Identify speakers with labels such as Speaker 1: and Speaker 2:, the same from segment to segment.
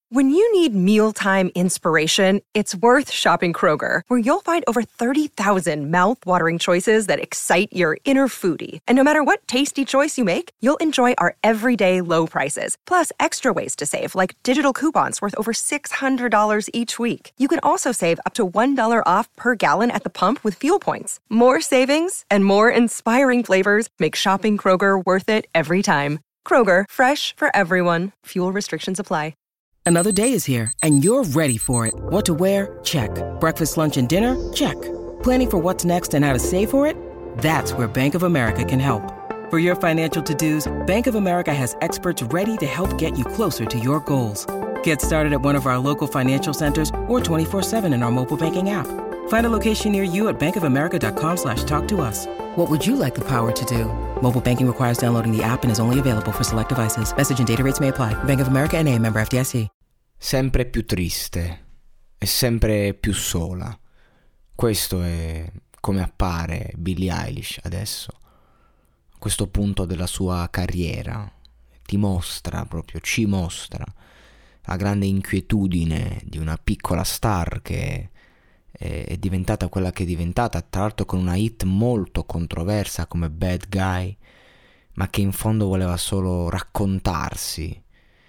Speaker 1: When you need mealtime inspiration, it's worth shopping Kroger, where you'll find over 30,000 mouth-watering choices that excite your inner foodie. And no matter what tasty choice you make, you'll enjoy our everyday low prices, plus extra ways to save, like digital coupons worth over $600 each week. You can also save up to $1 off per gallon at the pump with fuel points. More savings and more inspiring flavors make shopping Kroger worth it every time. Kroger, fresh for everyone. Fuel restrictions apply.
Speaker 2: Another day is here, and you're ready for it. What to wear? Check. Breakfast, lunch, and dinner? Check. Planning for what's next and how to save for it? That's where Bank of America can help. For your financial to-dos, Bank of America has experts ready to help get you closer to your goals. Get started at one of our local financial centers or 24/7 in our mobile banking app. Find a location near you at bankofamerica.com/talktous. What would you like the power to do? Mobile banking requires downloading the app and is only available for select devices. Message and data rates may apply. Bank of America N.A., member FDIC.
Speaker 3: Sempre più triste e sempre più sola. Questo è come appare Billie Eilish adesso, a questo punto della sua carriera. Ti mostra proprio, ci mostra la grande inquietudine di una piccola star che è diventata quella che è diventata, tra l'altro con una hit molto controversa come Bad Guy, ma che in fondo voleva solo raccontarsi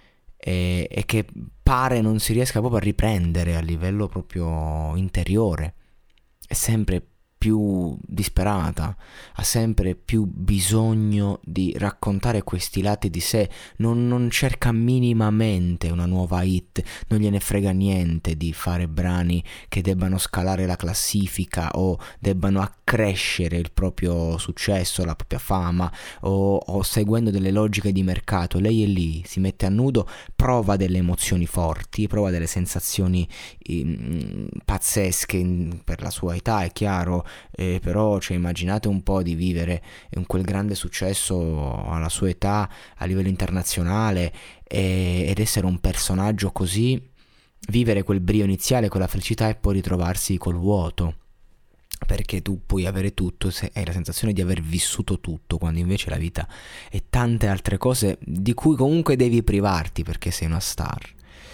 Speaker 3: e che pare non si riesca proprio a riprendere a livello proprio interiore. È sempre più disperata, ha sempre più bisogno di raccontare questi lati di sé, non cerca minimamente una nuova hit, non gliene frega niente di fare brani che debbano scalare la classifica o debbano accrescere il proprio successo, la propria fama o seguendo delle logiche di mercato. Lei è lì, si mette a nudo, prova delle emozioni forti, prova delle sensazioni pazzesche per la sua età, è chiaro. Però immaginate un po' di vivere quel grande successo alla sua età a livello internazionale ed essere un personaggio così, vivere quel brio iniziale, quella felicità e poi ritrovarsi col vuoto, perché tu puoi avere tutto, hai la sensazione di aver vissuto tutto, quando invece la vita è tante altre cose di cui comunque devi privarti perché sei una star,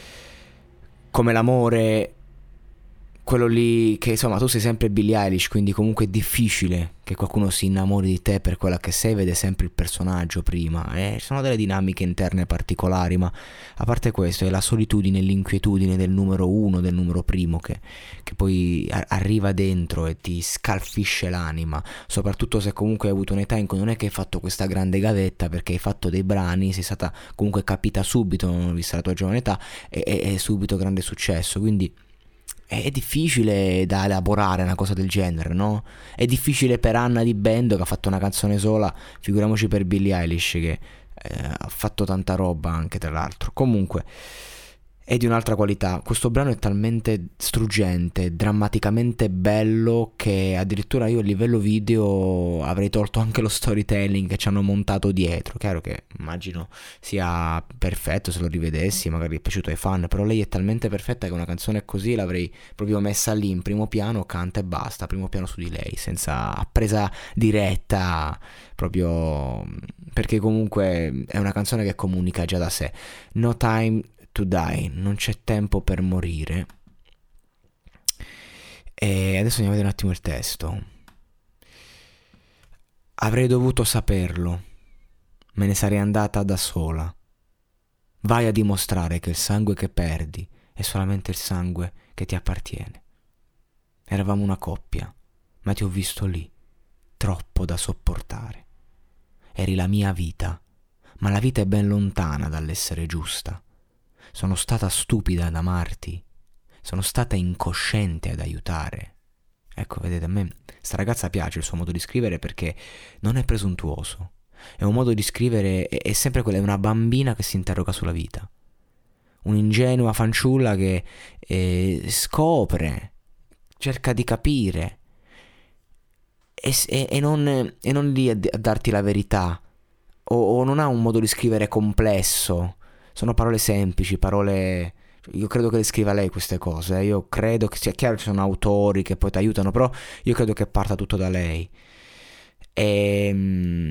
Speaker 3: come l'amore, quello lì che insomma tu sei sempre Billie Eilish, quindi comunque è difficile che qualcuno si innamori di te per quella che sei, vede sempre il personaggio prima, ci sono delle dinamiche interne particolari, ma a parte questo è la solitudine, l'inquietudine del numero uno, del numero primo che poi arriva dentro e ti scalfisce l'anima, soprattutto se comunque hai avuto un'età in cui non è che hai fatto questa grande gavetta, perché hai fatto dei brani, sei stata comunque capita subito, vista la tua giovane età, e subito grande successo, quindi è difficile da elaborare una cosa del genere, no? È difficile per Anna Di Bendo che ha fatto una canzone sola, figuriamoci per Billie Eilish che ha fatto tanta roba anche, tra l'altro. Comunque è di un'altra qualità. Questo brano è talmente struggente, drammaticamente bello, che addirittura io a livello video avrei tolto anche lo storytelling che ci hanno montato dietro. Chiaro che immagino sia perfetto se lo rivedessi, magari è piaciuto ai fan, però lei è talmente perfetta che una canzone così l'avrei proprio messa lì in primo piano, canta e basta, primo piano su di lei, senza presa diretta, proprio perché comunque è una canzone che comunica già da sé. No Time to Die, non c'è tempo per morire. E adesso andiamo a vedere un attimo il testo. Avrei dovuto saperlo, me ne sarei andata da sola. Vai a dimostrare che il sangue che perdi è solamente il sangue che ti appartiene. Eravamo una coppia, ma ti ho visto lì, troppo da sopportare. Eri la mia vita, ma la vita è ben lontana dall'essere giusta. Sono stata stupida ad amarti, sono stata incosciente ad aiutare. Ecco, vedete, a me sta ragazza piace il suo modo di scrivere perché non è presuntuoso. È un modo di scrivere, è sempre quella, è una bambina che si interroga sulla vita. Un'ingenua fanciulla che scopre, cerca di capire e non lì a darti la verità o non ha un modo di scrivere complesso. Sono parole semplici, parole... Io credo che le scriva lei queste cose, io credo che sia chiaro che ci sono autori che poi ti aiutano, però io credo che parta tutto da lei. E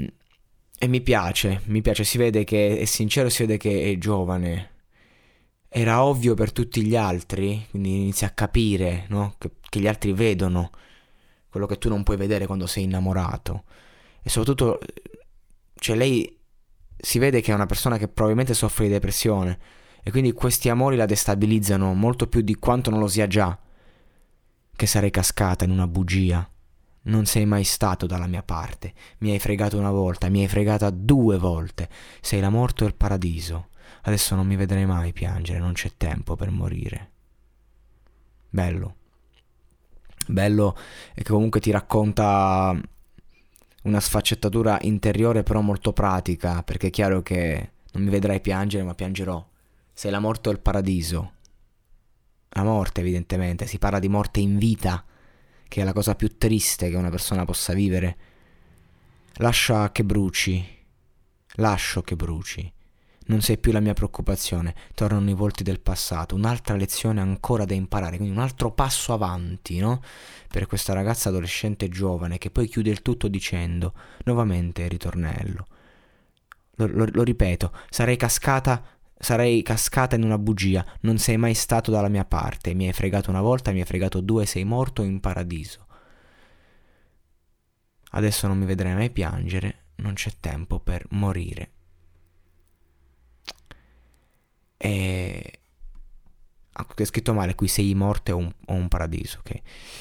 Speaker 3: mi piace, si vede che è sincero, si vede che è giovane. era ovvio per tutti gli altri, quindi inizi a capire, no? Che gli altri vedono quello che tu non puoi vedere quando sei innamorato. E soprattutto, cioè lei si vede che è una persona che probabilmente soffre di depressione e quindi questi amori la destabilizzano molto più di quanto non lo sia già. Che sarei cascata in una bugia. Non sei mai stato dalla mia parte. Mi hai fregato una volta, mi hai fregata 2 volte. Sei la morte o il paradiso. Adesso non mi vedrai mai piangere, non c'è tempo per morire. Bello. Bello e che comunque ti racconta una sfaccettatura interiore però molto pratica, perché è chiaro che non mi vedrai piangere, ma piangerò. Sei la morte o il paradiso. La morte, evidentemente, si parla di morte in vita, che è la cosa più triste che una persona possa vivere. Lascia che bruci. Lascio che bruci. Non sei più la mia preoccupazione, tornano i volti del passato, un'altra lezione ancora da imparare, quindi un altro passo avanti, no? Per questa ragazza adolescente giovane che poi chiude il tutto dicendo, nuovamente il ritornello. Lo ripeto, sarei cascata in una bugia, non sei mai stato dalla mia parte, mi hai fregato una volta, mi hai fregato 2, sei morto in paradiso. Adesso non mi vedrai mai piangere, non c'è tempo per morire. E è scritto male qui, sei morte o un paradiso, ok?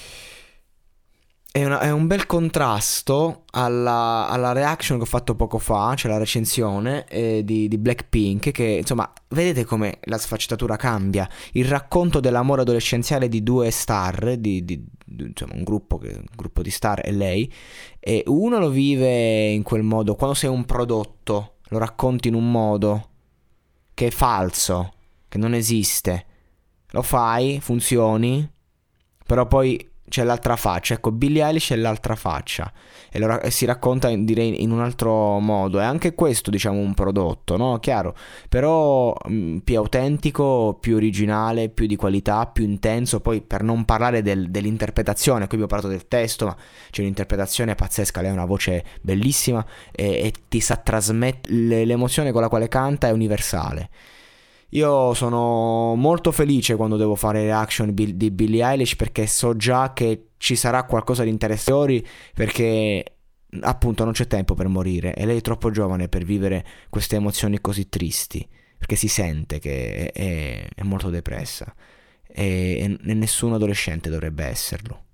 Speaker 3: È un bel contrasto alla reaction che ho fatto poco fa, cioè la recensione di Blackpink, che insomma vedete come la sfaccettatura cambia, il racconto dell'amore adolescenziale di 2 star, insomma un gruppo di star e lei, e uno lo vive in quel modo, quando sei un prodotto lo racconti in un modo che è falso, che non esiste, lo fai, funzioni, però poi c'è l'altra faccia. Ecco, Billie Eilish è l'altra faccia e si racconta direi in un altro modo. È anche questo, diciamo, un prodotto, no? Chiaro, però più autentico, più originale, più di qualità, più intenso. Poi per non parlare dell'interpretazione, qui abbiamo parlato del testo, ma c'è un'interpretazione pazzesca. Lei ha una voce bellissima e ti sa trasmettere l'emozione con la quale canta, è universale. Io sono molto felice quando devo fare reaction di Billie Eilish, perché so già che ci sarà qualcosa di interessante, perché appunto non c'è tempo per morire e lei è troppo giovane per vivere queste emozioni così tristi, perché si sente che è molto depressa e nessun adolescente dovrebbe esserlo.